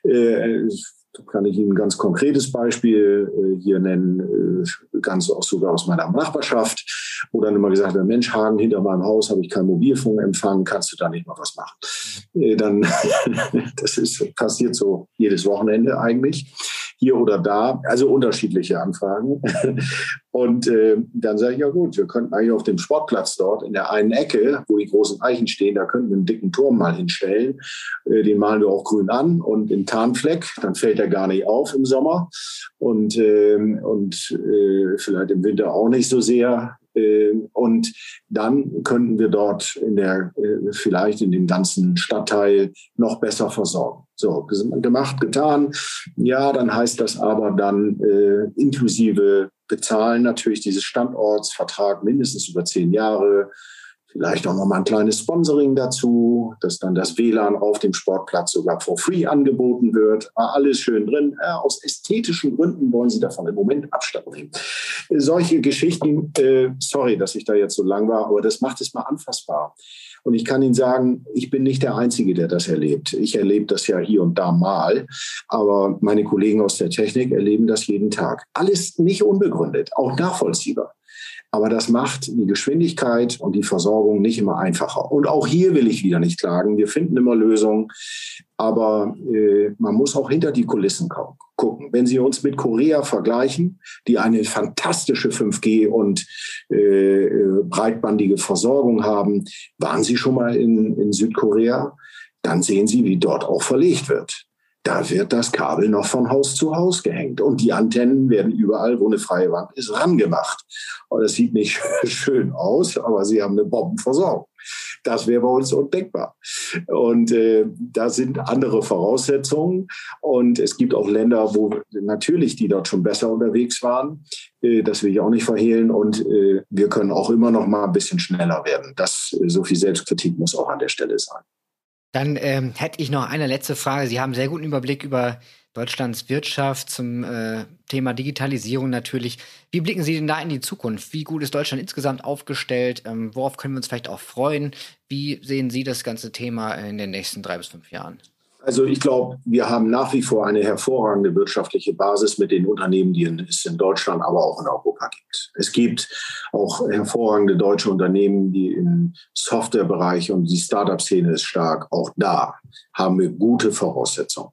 Da kann ich Ihnen ein ganz konkretes Beispiel hier nennen, sogar aus meiner Nachbarschaft, wo dann immer gesagt wird, Mensch, Hagen, hinter meinem Haus habe ich keinen Mobilfunkempfang, kannst du da nicht mal was machen? Das passiert so jedes Wochenende eigentlich, hier oder da, also unterschiedliche Anfragen. Und dann sage ich, ja gut, wir könnten eigentlich auf dem Sportplatz dort in der einen Ecke, wo die großen Eichen stehen, da könnten wir einen dicken Turm mal hinstellen. Den malen wir auch grün an und in Tarnfleck, dann fällt er gar nicht auf im Sommer und vielleicht im Winter auch nicht so sehr. Und dann könnten wir dort vielleicht in dem ganzen Stadtteil noch besser versorgen. So, gemacht, getan. Ja, dann heißt das aber dann inklusive Bezahlen natürlich dieses Standortsvertrag mindestens über 10 Jahre. Vielleicht auch noch mal ein kleines Sponsoring dazu, dass dann das WLAN auf dem Sportplatz sogar for free angeboten wird. Alles schön drin. Aus ästhetischen Gründen wollen sie davon im Moment Abstand nehmen. Solche Geschichten, sorry, dass ich da jetzt so lang war, aber das macht es mal anfassbar. Und ich kann Ihnen sagen, ich bin nicht der Einzige, der das erlebt. Ich erlebe das ja hier und da mal, aber meine Kollegen aus der Technik erleben das jeden Tag. Alles nicht unbegründet, auch nachvollziehbar. Aber das macht die Geschwindigkeit und die Versorgung nicht immer einfacher. Und auch hier will ich wieder nicht klagen. Wir finden immer Lösungen. Aber man muss auch hinter die Kulissen gucken. Wenn Sie uns mit Korea vergleichen, die eine fantastische 5G und breitbandige Versorgung haben, waren Sie schon mal in Südkorea? Dann sehen Sie, wie dort auch verlegt wird. Da wird das Kabel noch von Haus zu Haus gehängt. Und die Antennen werden überall, wo eine freie Wand ist, rangemacht. Und das sieht nicht schön aus, aber sie haben eine Bombenversorgung. Das wäre bei uns undenkbar. Und da sind andere Voraussetzungen. Und es gibt auch Länder, die dort schon besser unterwegs waren. Das will ich auch nicht verhehlen. Und wir können auch immer noch mal ein bisschen schneller werden. So viel Selbstkritik muss auch an der Stelle sein.
Dann hätte ich noch eine letzte Frage. Sie haben einen sehr guten Überblick über Deutschlands Wirtschaft zum Thema Digitalisierung natürlich. Wie blicken Sie denn da in die Zukunft? Wie gut ist Deutschland insgesamt aufgestellt? Worauf können wir uns vielleicht auch freuen? Wie sehen Sie das ganze Thema in den nächsten 3 bis 5 Jahren?
Also ich glaube, wir haben nach wie vor eine hervorragende wirtschaftliche Basis mit den Unternehmen, die es in Deutschland, aber auch in Europa gibt. Es gibt auch hervorragende deutsche Unternehmen, die im Softwarebereich, und die Startup-Szene ist stark. Auch da haben wir gute Voraussetzungen.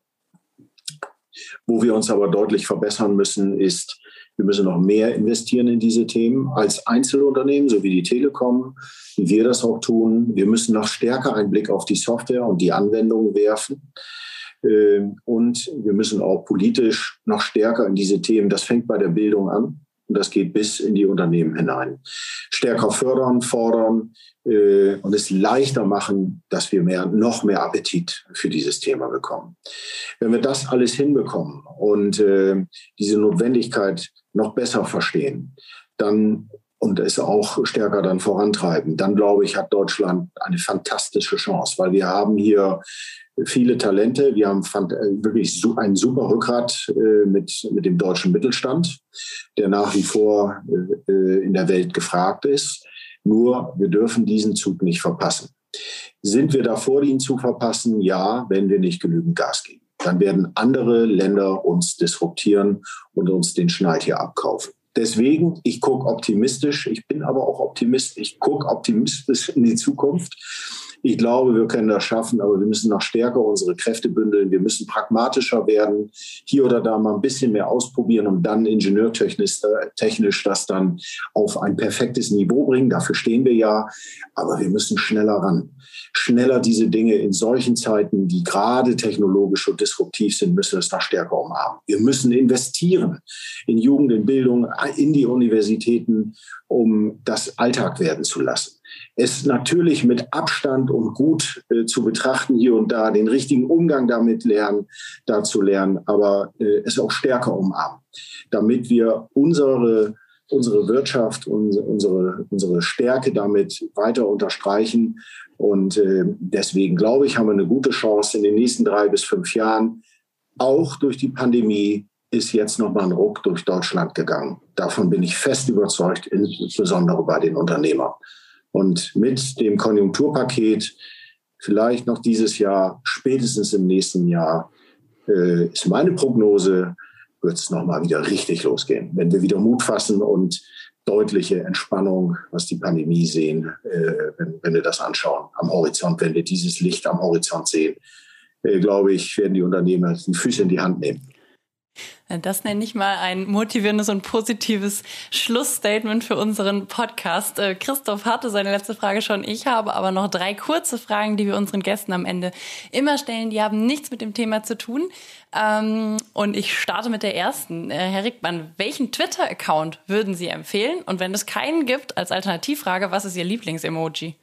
Wo wir uns aber deutlich verbessern müssen, ist, wir müssen noch mehr investieren in diese Themen als Einzelunternehmen, so wie die Telekom, wie wir das auch tun. Wir müssen noch stärker einen Blick auf die Software und die Anwendungen werfen. Und wir müssen auch politisch noch stärker in diese Themen, das fängt bei der Bildung an und das geht bis in die Unternehmen hinein, stärker fördern, fordern und es leichter machen, dass wir noch mehr Appetit für dieses Thema bekommen. Wenn wir das alles hinbekommen und diese Notwendigkeit noch besser verstehen, dann und es auch stärker dann vorantreiben, dann glaube ich, hat Deutschland eine fantastische Chance, weil wir haben hier viele Talente. Wir haben wirklich ein super Rückgrat mit dem deutschen Mittelstand, der nach wie vor in der Welt gefragt ist. Nur wir dürfen diesen Zug nicht verpassen. Sind wir davor, ihn zu verpassen? Ja, wenn wir nicht genügend Gas geben. Dann werden andere Länder uns disruptieren und uns den Schneid hier abkaufen. Deswegen, ich gucke optimistisch, ich bin aber auch Optimist, ich gucke optimistisch in die Zukunft. Ich glaube, wir können das schaffen, aber wir müssen noch stärker unsere Kräfte bündeln. Wir müssen pragmatischer werden, hier oder da mal ein bisschen mehr ausprobieren und dann ingenieurtechnisch das dann auf ein perfektes Niveau bringen. Dafür stehen wir ja, aber wir müssen schneller ran. Schneller diese Dinge in solchen Zeiten, die gerade technologisch und disruptiv sind, müssen wir es noch stärker umarmen. Wir müssen investieren in Jugend, in Bildung, in die Universitäten, um das Alltag werden zu lassen. Es natürlich mit Abstand und gut zu betrachten, hier und da den richtigen Umgang damit zu lernen, aber es auch stärker umarmen, damit wir unsere Wirtschaft, unsere Stärke damit weiter unterstreichen. Und deswegen glaube ich, haben wir eine gute Chance in den nächsten 3 bis 5 Jahren. Auch durch die Pandemie ist jetzt nochmal ein Ruck durch Deutschland gegangen. Davon bin ich fest überzeugt, insbesondere bei den Unternehmern. Und mit dem Konjunkturpaket, vielleicht noch dieses Jahr, spätestens im nächsten Jahr, ist meine Prognose, wird es nochmal wieder richtig losgehen. Wenn wir wieder Mut fassen und deutliche Entspannung, was die Pandemie sehen, wenn wir das anschauen am Horizont, wenn wir dieses Licht am Horizont sehen, glaube ich, werden die Unternehmer die Füße in die Hand nehmen.
Das nenne ich mal ein motivierendes und positives Schlussstatement für unseren Podcast. Christoph hatte seine letzte Frage schon. Ich habe aber noch 3 kurze Fragen, die wir unseren Gästen am Ende immer stellen. Die haben nichts mit dem Thema zu tun. Und ich starte mit der ersten. Herr Rickmann, welchen Twitter-Account würden Sie empfehlen? Und wenn es keinen gibt, als Alternativfrage, was ist Ihr Lieblings-Emoji?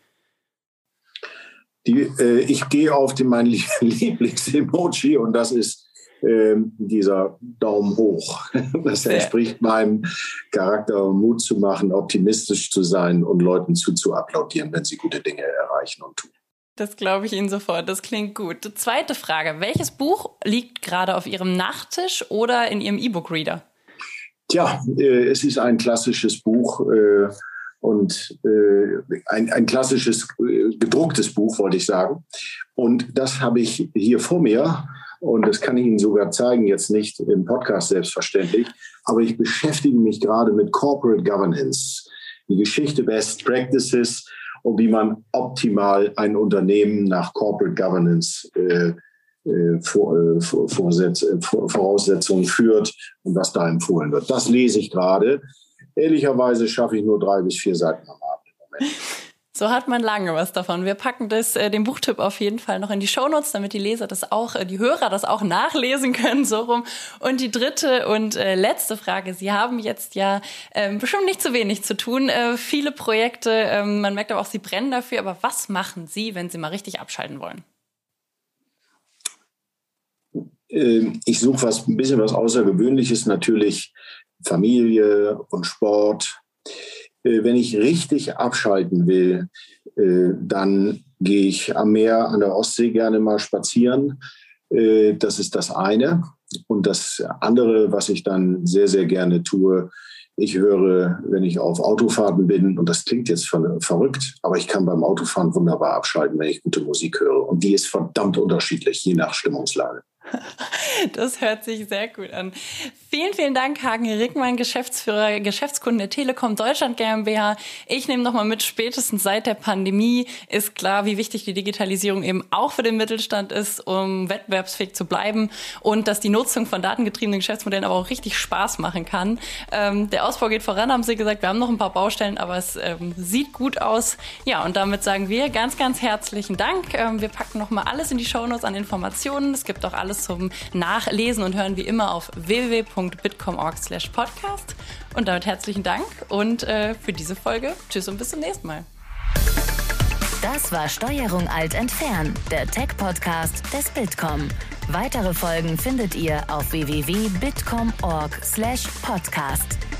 Ich gehe auf mein Lieblings-Emoji und das ist dieser Daumen hoch. Das entspricht meinem Charakter, Mut zu machen, optimistisch zu sein und Leuten zuzuapplaudieren, wenn sie gute Dinge erreichen und tun.
Das glaube ich Ihnen sofort. Das klingt gut. Zweite Frage. Welches Buch liegt gerade auf Ihrem Nachttisch oder in Ihrem E-Book-Reader?
Tja, es ist ein klassisches Buch und ein klassisches gedrucktes Buch, wollte ich sagen. Und das habe ich hier vor mir. Und das kann ich Ihnen sogar zeigen, jetzt nicht im Podcast selbstverständlich. Aber ich beschäftige mich gerade mit Corporate Governance, die Geschichte Best Practices und wie man optimal ein Unternehmen nach Corporate Governance Voraussetzungen führt und was da empfohlen wird. Das lese ich gerade. Ehrlicherweise schaffe ich nur 3 bis 4 Seiten am Abend im Moment.
So hat man lange was davon. Wir packen den Buchtipp auf jeden Fall noch in die Shownotes, damit die Hörer das auch nachlesen können, so rum. Und die dritte und letzte Frage. Sie haben jetzt ja bestimmt nicht zu wenig zu tun. Viele Projekte, man merkt aber auch, Sie brennen dafür. Aber was machen Sie, wenn Sie mal richtig abschalten wollen?
Ich suche ein bisschen was Außergewöhnliches, natürlich Familie und Sport. Wenn ich richtig abschalten will, dann gehe ich am Meer, an der Ostsee gerne mal spazieren. Das ist das eine. Und das andere, was ich dann sehr, sehr gerne tue, ich höre, wenn ich auf Autofahrten bin, und das klingt jetzt verrückt, aber ich kann beim Autofahren wunderbar abschalten, wenn ich gute Musik höre. Und die ist verdammt unterschiedlich, je nach Stimmungslage.
Das hört sich sehr gut an. Vielen, vielen Dank, Hagen Rickmann, Geschäftsführer, Geschäftskunden der Telekom Deutschland GmbH. Ich nehme nochmal mit, spätestens seit der Pandemie ist klar, wie wichtig die Digitalisierung eben auch für den Mittelstand ist, um wettbewerbsfähig zu bleiben und dass die Nutzung von datengetriebenen Geschäftsmodellen aber auch richtig Spaß machen kann. Der Ausbau geht voran, haben Sie gesagt. Wir haben noch ein paar Baustellen, aber es sieht gut aus. Ja, und damit sagen wir ganz, ganz herzlichen Dank. Wir packen nochmal alles in die Shownotes an Informationen. Es gibt auch alles zum Nachlesen und Hören wie immer auf www.bitkom.org/podcast. Und damit herzlichen Dank und für diese Folge tschüss und bis zum nächsten Mal.
Das war Steuerung Alt entfernen, der Tech-Podcast des Bitkom. Weitere Folgen findet ihr auf www.bitkom.org/podcast.